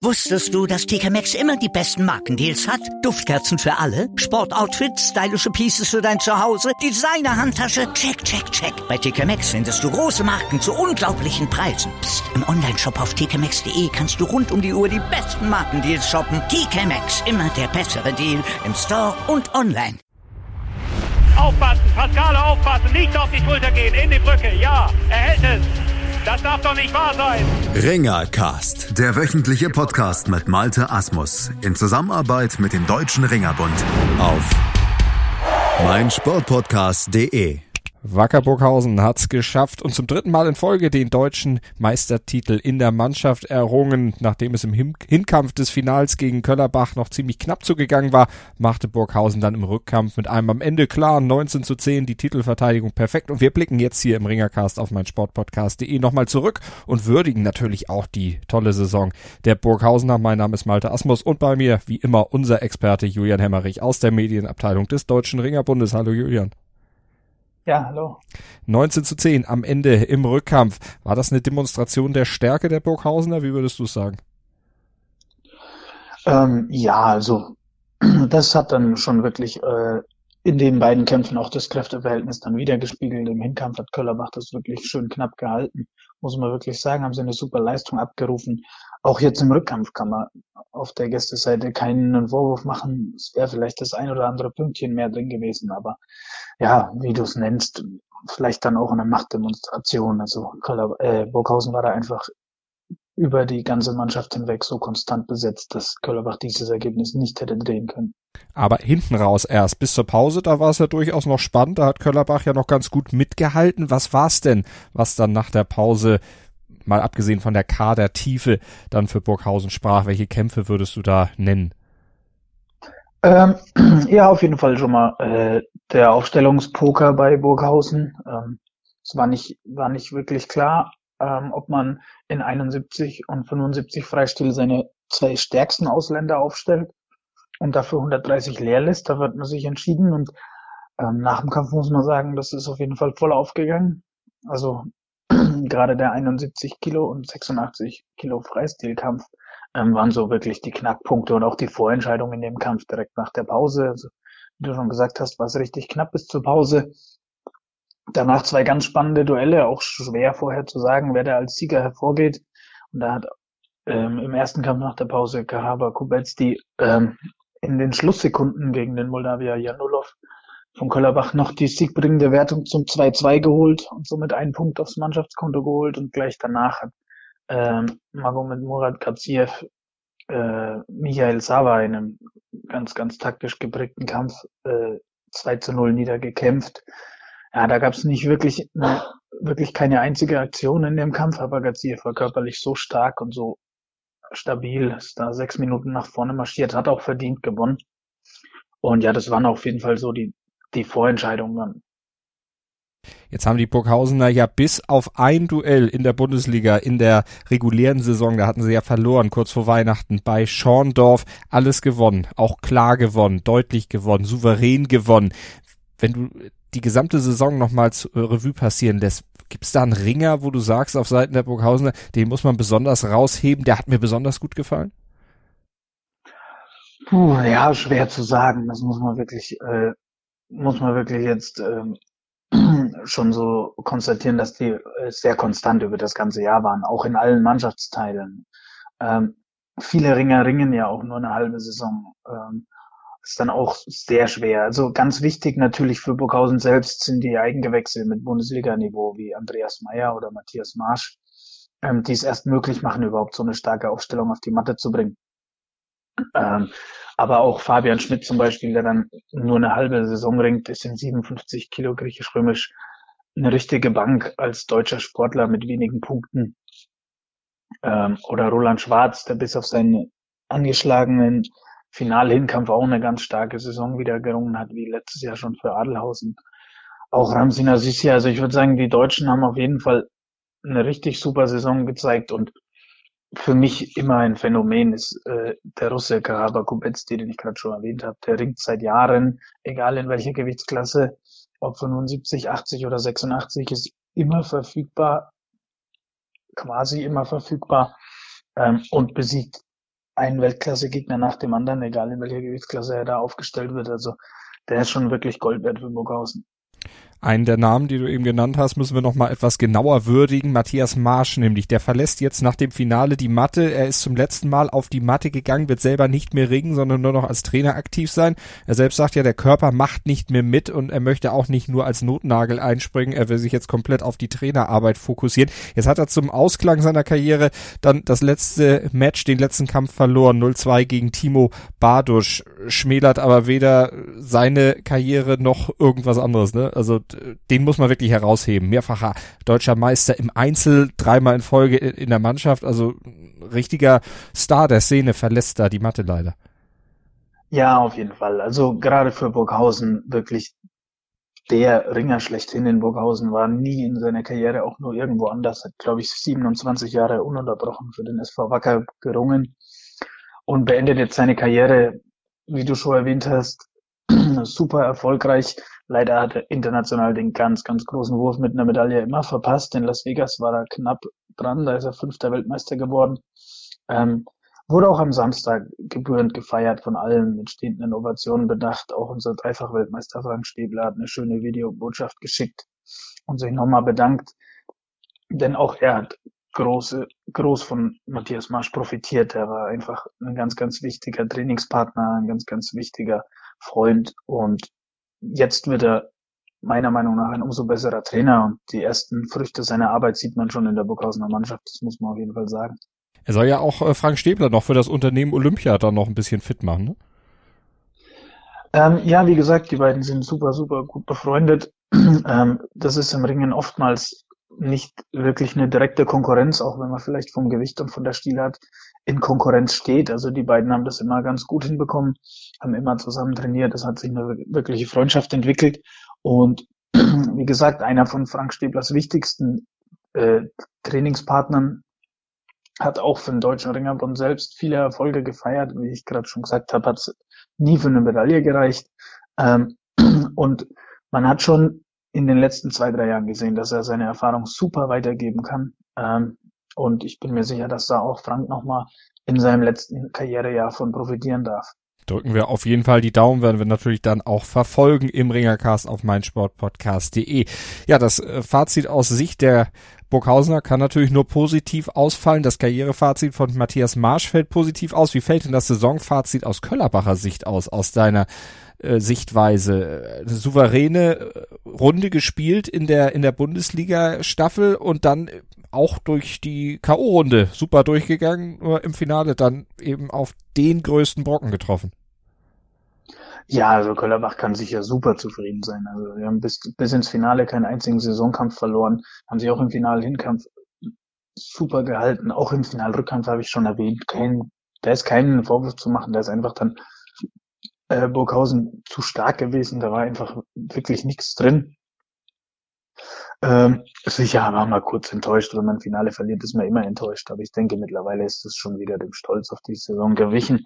Wusstest du, dass TK Maxx immer die besten Markendeals hat? Duftkerzen für alle, Sportoutfits, stylische Pieces für dein Zuhause, Designer-Handtasche, check, check, check. Bei TK Maxx findest du große Marken zu unglaublichen Preisen. Psst. Im Onlineshop auf tkmaxx.de kannst du rund um die Uhr die besten Markendeals shoppen. TK Maxx, immer der bessere Deal im Store und online. Aufpassen, Pascale, aufpassen, nicht auf die Schulter gehen, in die Brücke, ja, er hält es. Das darf doch nicht wahr sein. Ringercast, der wöchentliche Podcast mit Malte Asmus in Zusammenarbeit mit dem Deutschen Ringerbund auf meinsportpodcast.de. Wacker Burghausen hat's geschafft und zum dritten Mal in Folge den deutschen Meistertitel in der Mannschaft errungen. Nachdem es im Hinkampf des Finals gegen Köllerbach noch ziemlich knapp zugegangen war, machte Burghausen dann im Rückkampf mit einem am Ende klaren 19:10 die Titelverteidigung perfekt. Und wir blicken jetzt hier im Ringercast auf meinsportpodcast.de nochmal zurück und würdigen natürlich auch die tolle Saison der Burghausener. Mein Name ist Malte Asmus und bei mir wie immer unser Experte Julian Hemmerich aus der Medienabteilung des Deutschen Ringerbundes. Hallo Julian. Ja, hallo. 19:10 am Ende im Rückkampf. War das eine Demonstration der Stärke der Burghausener? Wie würdest du es sagen? Also das hat dann schon wirklich in den beiden Kämpfen auch das Kräfteverhältnis dann wieder gespiegelt. Im Hinkampf hat Köllerbach das wirklich schön knapp gehalten. Muss man wirklich sagen, haben sie eine super Leistung abgerufen. Auch jetzt im Rückkampf kann man auf der Gästeseite keinen Vorwurf machen. Es wäre vielleicht das ein oder andere Pünktchen mehr drin gewesen, aber ja, wie du es nennst, vielleicht dann auch eine Machtdemonstration. Also Burghausen war da einfach über die ganze Mannschaft hinweg so konstant besetzt, dass Köllerbach dieses Ergebnis nicht hätte drehen können. Aber hinten raus erst, bis zur Pause, da war es ja durchaus noch spannend, da hat Köllerbach ja noch ganz gut mitgehalten. Was war's denn, was dann nach der Pause, mal abgesehen von der Kadertiefe, dann für Burghausen sprach? Welche Kämpfe würdest du da nennen? Ja, auf jeden Fall schon mal der Aufstellungspoker bei Burghausen. Es war nicht wirklich klar, ob man in 71 und 75 Freistil seine zwei stärksten Ausländer aufstellt und dafür 130 leer lässt. Da wird man sich entschieden und nach dem Kampf muss man sagen, das ist auf jeden Fall voll aufgegangen. Also gerade der 71 Kilo und 86 Kilo Freistilkampf waren so wirklich die Knackpunkte und auch die Vorentscheidung in dem Kampf direkt nach der Pause. Also, wie du schon gesagt hast, war es richtig knapp bis zur Pause. Danach zwei ganz spannende Duelle, auch schwer vorher zu sagen, wer da als Sieger hervorgeht. Und da hat im ersten Kampf nach der Pause Kahaba Kubetski in den Schlusssekunden gegen den Moldawier Janulov von Köllerbach noch die siegbringende Wertung zum 2:2 geholt und somit einen Punkt aufs Mannschaftskonto geholt. Und gleich danach hat Magomed Murat Gadzhiev Michael Sava in einem ganz, ganz taktisch geprägten Kampf 2:0 niedergekämpft. Ja, da gab es nicht wirklich keine einzige Aktion in dem Kampf, aber Gadzhiev war körperlich so stark und so stabil, ist da 6 Minuten nach vorne marschiert, hat auch verdient gewonnen. Und ja, das waren auf jeden Fall so die Vorentscheidungen. Jetzt haben die Burghausener ja bis auf ein Duell in der Bundesliga in der regulären Saison, da hatten sie ja verloren, kurz vor Weihnachten, bei Schorndorf, alles gewonnen, auch klar gewonnen, deutlich gewonnen, souverän gewonnen. Wenn du die gesamte Saison nochmal Revue passieren lässt, gibt es da einen Ringer, wo du sagst, auf Seiten der Burghausener, den muss man besonders rausheben, der hat mir besonders gut gefallen? Ja, schwer zu sagen, das muss man wirklich jetzt schon so konstatieren, dass die sehr konstant über das ganze Jahr waren, auch in allen Mannschaftsteilen. Viele Ringer ringen ja auch nur eine halbe Saison. Ist dann auch sehr schwer. Also ganz wichtig natürlich für Burghausen selbst sind die Eigengewächse mit Bundesliga-Niveau wie Andreas Meyer oder Matthias Marsch, die es erst möglich machen, überhaupt so eine starke Aufstellung auf die Matte zu bringen. Aber auch Fabian Schmidt zum Beispiel, der dann nur eine halbe Saison ringt, ist in 57 Kilo griechisch-römisch eine richtige Bank als deutscher Sportler mit wenigen Punkten. Oder Roland Schwarz, der bis auf seinen angeschlagenen Finalhinkampf auch eine ganz starke Saison wieder gerungen hat, wie letztes Jahr schon für Adelhausen. Auch Ramsin Azizi, also ich würde sagen, die Deutschen haben auf jeden Fall eine richtig super Saison gezeigt und für mich immer ein Phänomen ist der Russe Kahaba Kubetski, den ich gerade schon erwähnt habe. Der ringt seit Jahren, egal in welcher Gewichtsklasse, ob 75, 80 oder 86, ist immer verfügbar, quasi immer verfügbar und besiegt einen Weltklasse-Gegner nach dem anderen, egal in welcher Gewichtsklasse er da aufgestellt wird. Also der ist schon wirklich Gold wert für Burghausen. Einen der Namen, die du eben genannt hast, müssen wir noch mal etwas genauer würdigen. Matthias Marsch nämlich, der verlässt jetzt nach dem Finale die Matte. Er ist zum letzten Mal auf die Matte gegangen, wird selber nicht mehr ringen, sondern nur noch als Trainer aktiv sein. Er selbst sagt ja, der Körper macht nicht mehr mit und er möchte auch nicht nur als Notnagel einspringen. Er will sich jetzt komplett auf die Trainerarbeit fokussieren. Jetzt hat er zum Ausklang seiner Karriere dann das letzte Match, den letzten Kampf verloren, 0-2 gegen Timo Bardusch. Schmälert aber weder seine Karriere noch irgendwas anderes, ne? Also den muss man wirklich herausheben. Mehrfacher deutscher Meister im Einzel, 3-mal in Folge in der Mannschaft. Also richtiger Star der Szene verlässt da die Matte leider. Ja, auf jeden Fall. Also gerade für Burghausen wirklich der Ringer schlechthin in Burghausen, war nie in seiner Karriere auch nur irgendwo anders. Hat, glaube ich, 27 Jahre ununterbrochen für den SV Wacker gerungen und beendet jetzt seine Karriere, wie du schon erwähnt hast, super erfolgreich. Leider hat er international den ganz, ganz großen Wurf mit einer Medaille immer verpasst. In Las Vegas war er knapp dran, da ist er 5. Weltmeister geworden. Wurde auch am Samstag gebührend gefeiert von allen, mit stehenden Ovationen bedacht. Auch unser Dreifach-Weltmeister Frank Stäbler hat eine schöne Videobotschaft geschickt und sich nochmal bedankt. Denn auch er hat groß von Matthias Marsch profitiert. Er war einfach ein ganz, ganz wichtiger Trainingspartner, ein ganz, ganz wichtiger Freund. Und jetzt wird er meiner Meinung nach ein umso besserer Trainer. Und die ersten Früchte seiner Arbeit sieht man schon in der Burghausener Mannschaft. Das muss man auf jeden Fall sagen. Er soll ja auch Frank Stäbler noch für das Unternehmen Olympia dann noch ein bisschen fit machen, ne? Ja, wie gesagt, die beiden sind super, super gut befreundet. Das ist im Ringen oftmals nicht wirklich eine direkte Konkurrenz, auch wenn man vielleicht vom Gewicht und von der Stilart in Konkurrenz steht. Also die beiden haben das immer ganz gut hinbekommen, haben immer zusammen trainiert. Es hat sich eine wirkliche Freundschaft entwickelt. Und wie gesagt, einer von Frank Stäblers wichtigsten Trainingspartnern, hat auch für den Deutschen Ringerbund selbst viele Erfolge gefeiert. Wie ich gerade schon gesagt habe, hat es nie für eine Medaille gereicht. Und man hat schon in den letzten 2-3 Jahren gesehen, dass er seine Erfahrung super weitergeben kann. Und ich bin mir sicher, dass da auch Frank nochmal in seinem letzten Karrierejahr von profitieren darf. Drücken wir auf jeden Fall die Daumen, werden wir natürlich dann auch verfolgen im Ringercast auf meinsportpodcast.de. Ja, das Fazit aus Sicht der Burghausener kann natürlich nur positiv ausfallen. Das Karrierefazit von Matthias Marsch fällt positiv aus. Wie fällt denn das Saisonfazit aus Köllerbacher Sicht aus deiner Sichtweise? Eine souveräne Runde gespielt in der Bundesliga-Staffel und dann auch durch die K.O.-Runde super durchgegangen, nur im Finale dann eben auf den größten Brocken getroffen. Ja, also Köllerbach kann sicher super zufrieden sein. Also wir haben bis ins Finale keinen einzigen Saisonkampf verloren, haben sich auch im Finale-Hinkampf super gehalten. Auch im Finale-Rückkampf habe ich schon erwähnt, da ist keinen Vorwurf zu machen, da ist einfach dann Burghausen zu stark gewesen, da war einfach wirklich nichts drin. Sicher war man kurz enttäuscht, wenn man im Finale verliert, ist man immer enttäuscht, aber ich denke, mittlerweile ist es schon wieder dem Stolz auf die Saison gewichen.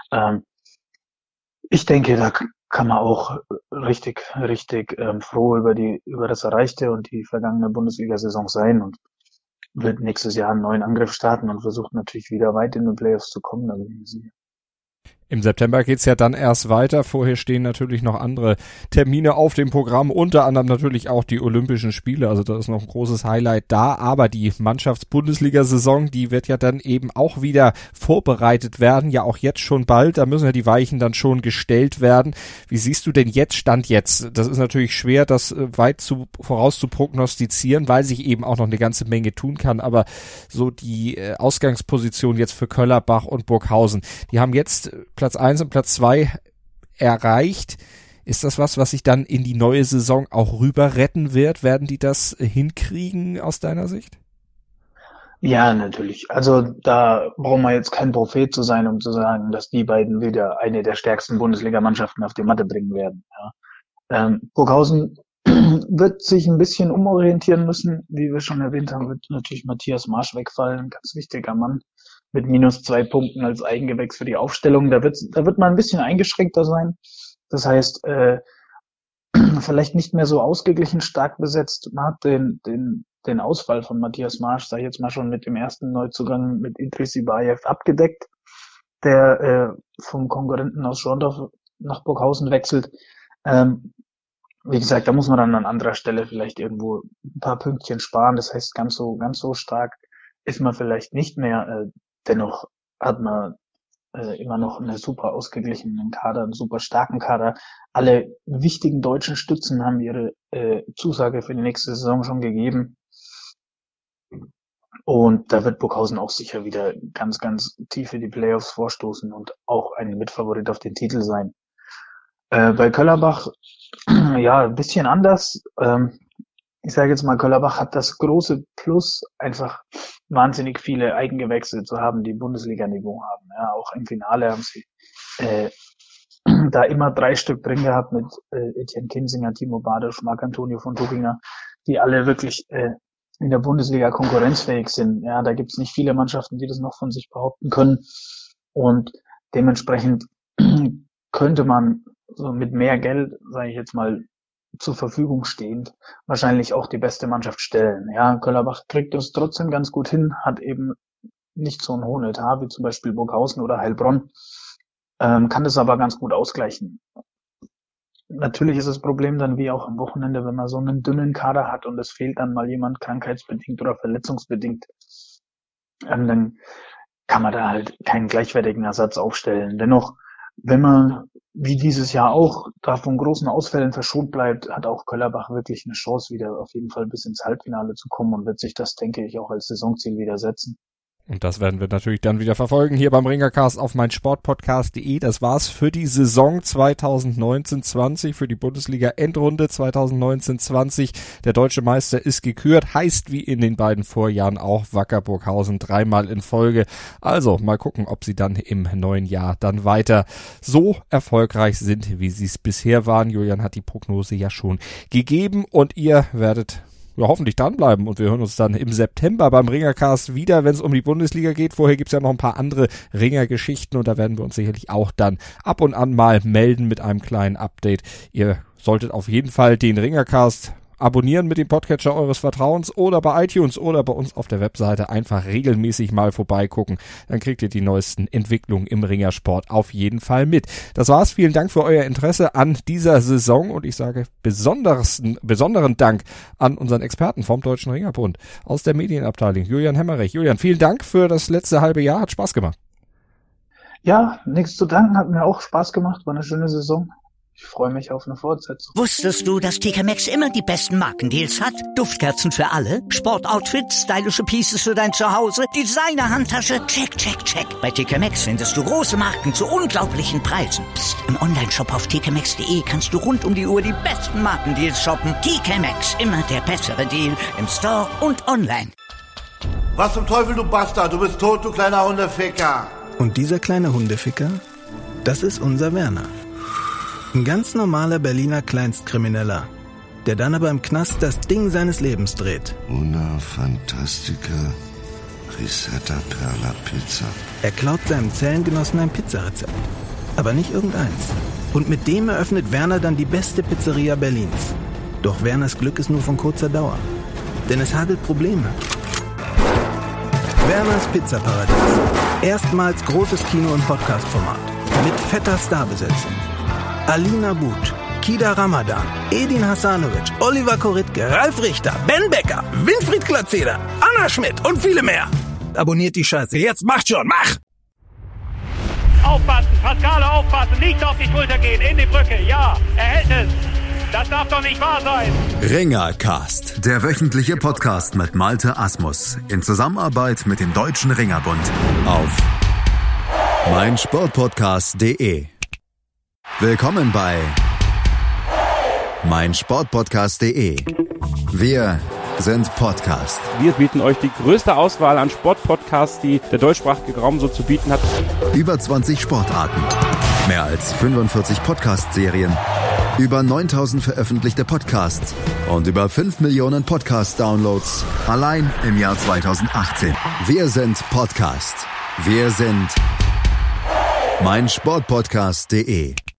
Ich denke, da kann man auch richtig froh über das Erreichte und die vergangene Bundesliga-Saison sein und wird nächstes Jahr einen neuen Angriff starten und versucht natürlich wieder weit in den Playoffs zu kommen, da bin ich sicher. Im September geht's ja dann erst weiter. Vorher stehen natürlich noch andere Termine auf dem Programm, unter anderem natürlich auch die Olympischen Spiele. Also da ist noch ein großes Highlight da. Aber die Mannschafts-Bundesliga-Saison, die wird ja dann eben auch wieder vorbereitet werden. Ja, auch jetzt schon bald. Da müssen ja die Weichen dann schon gestellt werden. Wie siehst du denn Stand jetzt? Das ist natürlich schwer, das weit voraus zu prognostizieren, weil sich eben auch noch eine ganze Menge tun kann. Aber so die Ausgangsposition jetzt für Köllerbach und Burghausen, die haben jetzt Platz 1 und Platz 2 erreicht. Ist das was sich dann in die neue Saison auch rüber retten wird? Werden die das hinkriegen aus deiner Sicht? Ja, natürlich. Also da brauchen wir jetzt kein Prophet zu sein, um zu sagen, dass die beiden wieder eine der stärksten Bundesligamannschaften auf die Matte bringen werden. Ja. Burghausen wird sich ein bisschen umorientieren müssen. Wie wir schon erwähnt haben, wird natürlich Matthias Marsch wegfallen, ganz wichtiger Mann, mit -2 Punkten als Eigengewächs für die Aufstellung. Da wird man ein bisschen eingeschränkter sein. Das heißt, vielleicht nicht mehr so ausgeglichen stark besetzt. Man hat den Ausfall von Matthias Marsch, sag ich jetzt mal, schon mit dem ersten Neuzugang mit Idris Ibayev abgedeckt. der vom Konkurrenten aus Schorndorf nach Burghausen wechselt. Wie gesagt, da muss man dann an anderer Stelle vielleicht irgendwo ein paar Pünktchen sparen. Das heißt, ganz so stark ist man vielleicht nicht mehr. Dennoch hat man immer noch einen super ausgeglichenen Kader, einen super starken Kader. Alle wichtigen deutschen Stützen haben ihre Zusage für die nächste Saison schon gegeben. Und da wird Burghausen auch sicher wieder ganz, ganz tief in die Playoffs vorstoßen und auch ein Mitfavorit auf den Titel sein. Bei Köllerbach, ja, ein bisschen anders. Ich sage jetzt mal, Köllerbach hat das große Plus, einfach wahnsinnig viele Eigengewächse zu haben, die Bundesliga-Niveau haben. Ja, auch im Finale haben sie da immer 3 Stück drin gehabt mit Etienne Kinsinger, Timo Badisch, Marc-Antonio von Tuchinger, die alle wirklich in der Bundesliga konkurrenzfähig sind. Ja, da gibt's nicht viele Mannschaften, die das noch von sich behaupten können. Und dementsprechend könnte man so mit mehr Geld, sage ich jetzt mal, zur Verfügung stehend, wahrscheinlich auch die beste Mannschaft stellen. Ja, Köllerbach kriegt das trotzdem ganz gut hin, hat eben nicht so einen hohen Etat wie zum Beispiel Burghausen oder Heilbronn, kann das aber ganz gut ausgleichen. Natürlich ist das Problem dann wie auch am Wochenende, wenn man so einen dünnen Kader hat und es fehlt dann mal jemand krankheitsbedingt oder verletzungsbedingt, dann kann man da halt keinen gleichwertigen Ersatz aufstellen. Dennoch, wenn man wie dieses Jahr auch da von großen Ausfällen verschont bleibt, hat auch Köllerbach wirklich eine Chance, wieder auf jeden Fall bis ins Halbfinale zu kommen und wird sich das, denke ich, auch als Saisonziel wieder setzen. Und das werden wir natürlich dann wieder verfolgen hier beim Ringercast auf meinsportpodcast.de. Das war's für die Saison 2019-20, für die Bundesliga-Endrunde 2019-20. Der deutsche Meister ist gekürt, heißt wie in den beiden Vorjahren auch Wacker Burghausen 3-mal in Folge. Also mal gucken, ob sie dann im neuen Jahr dann weiter so erfolgreich sind, wie sie es bisher waren. Julian hat die Prognose ja schon gegeben und ihr werdet hoffentlich dranbleiben und wir hören uns dann im September beim Ringercast wieder, wenn es um die Bundesliga geht. Vorher gibt's ja noch ein paar andere Ringergeschichten und da werden wir uns sicherlich auch dann ab und an mal melden mit einem kleinen Update. Ihr solltet auf jeden Fall den Ringercast abonnieren mit dem Podcatcher eures Vertrauens oder bei iTunes oder bei uns auf der Webseite einfach regelmäßig mal vorbeigucken. Dann kriegt ihr die neuesten Entwicklungen im Ringersport auf jeden Fall mit. Das war's. Vielen Dank für euer Interesse an dieser Saison und ich sage besonderen Dank an unseren Experten vom Deutschen Ringerbund aus der Medienabteilung, Julian Hemmerich. Julian, vielen Dank für das letzte halbe Jahr. Hat Spaß gemacht. Ja, nichts zu danken. Hat mir auch Spaß gemacht. War eine schöne Saison. Ich freue mich auf eine Fortsetzung. Wusstest du, dass TK Maxx immer die besten Markendeals hat? Duftkerzen für alle, Sportoutfits, stylische Pieces für dein Zuhause, Designer-Handtasche, check, check, check. Bei TK Maxx findest du große Marken zu unglaublichen Preisen. Psst. Im Onlineshop auf tkmaxx.de kannst du rund um die Uhr die besten Markendeals shoppen. TK Maxx, immer der bessere Deal im Store und online. Was zum Teufel, du Bastard? Du bist tot, du kleiner Hundeficker. Und dieser kleine Hundeficker, das ist unser Werner. Ein ganz normaler Berliner Kleinstkrimineller, der dann aber im Knast das Ding seines Lebens dreht. Una Fantastica Risetta Perla Pizza. Er klaut seinem Zellengenossen ein Pizzarezept, aber nicht irgendeins. Und mit dem eröffnet Werner dann die beste Pizzeria Berlins. Doch Werners Glück ist nur von kurzer Dauer, denn es hagelt Probleme. Werners Pizzaparadies. Erstmals großes Kino- und Podcast-Format. Mit fetter Starbesetzung. Alina But, Kida Ramadan, Edin Hasanovic, Oliver Koritke, Ralf Richter, Ben Becker, Winfried Glatzeder, Anna Schmidt und viele mehr. Abonniert die Scheiße. Jetzt macht schon, mach! Aufpassen, Pascale, aufpassen, nicht auf die Schulter gehen, in die Brücke, ja, er hält es. Das darf doch nicht wahr sein. Ringercast, der wöchentliche Podcast mit Malte Asmus in Zusammenarbeit mit dem Deutschen Ringerbund auf meinsportpodcast.de. Willkommen bei meinsportpodcast.de. Wir sind Podcast. Wir bieten euch die größte Auswahl an Sportpodcasts, die der deutschsprachige Raum so zu bieten hat. Über 20 Sportarten, mehr als 45 Podcast-Serien, über 9000 veröffentlichte Podcasts und über 5 Millionen Podcast-Downloads allein im Jahr 2018. Wir sind Podcast. Wir sind meinsportpodcast.de.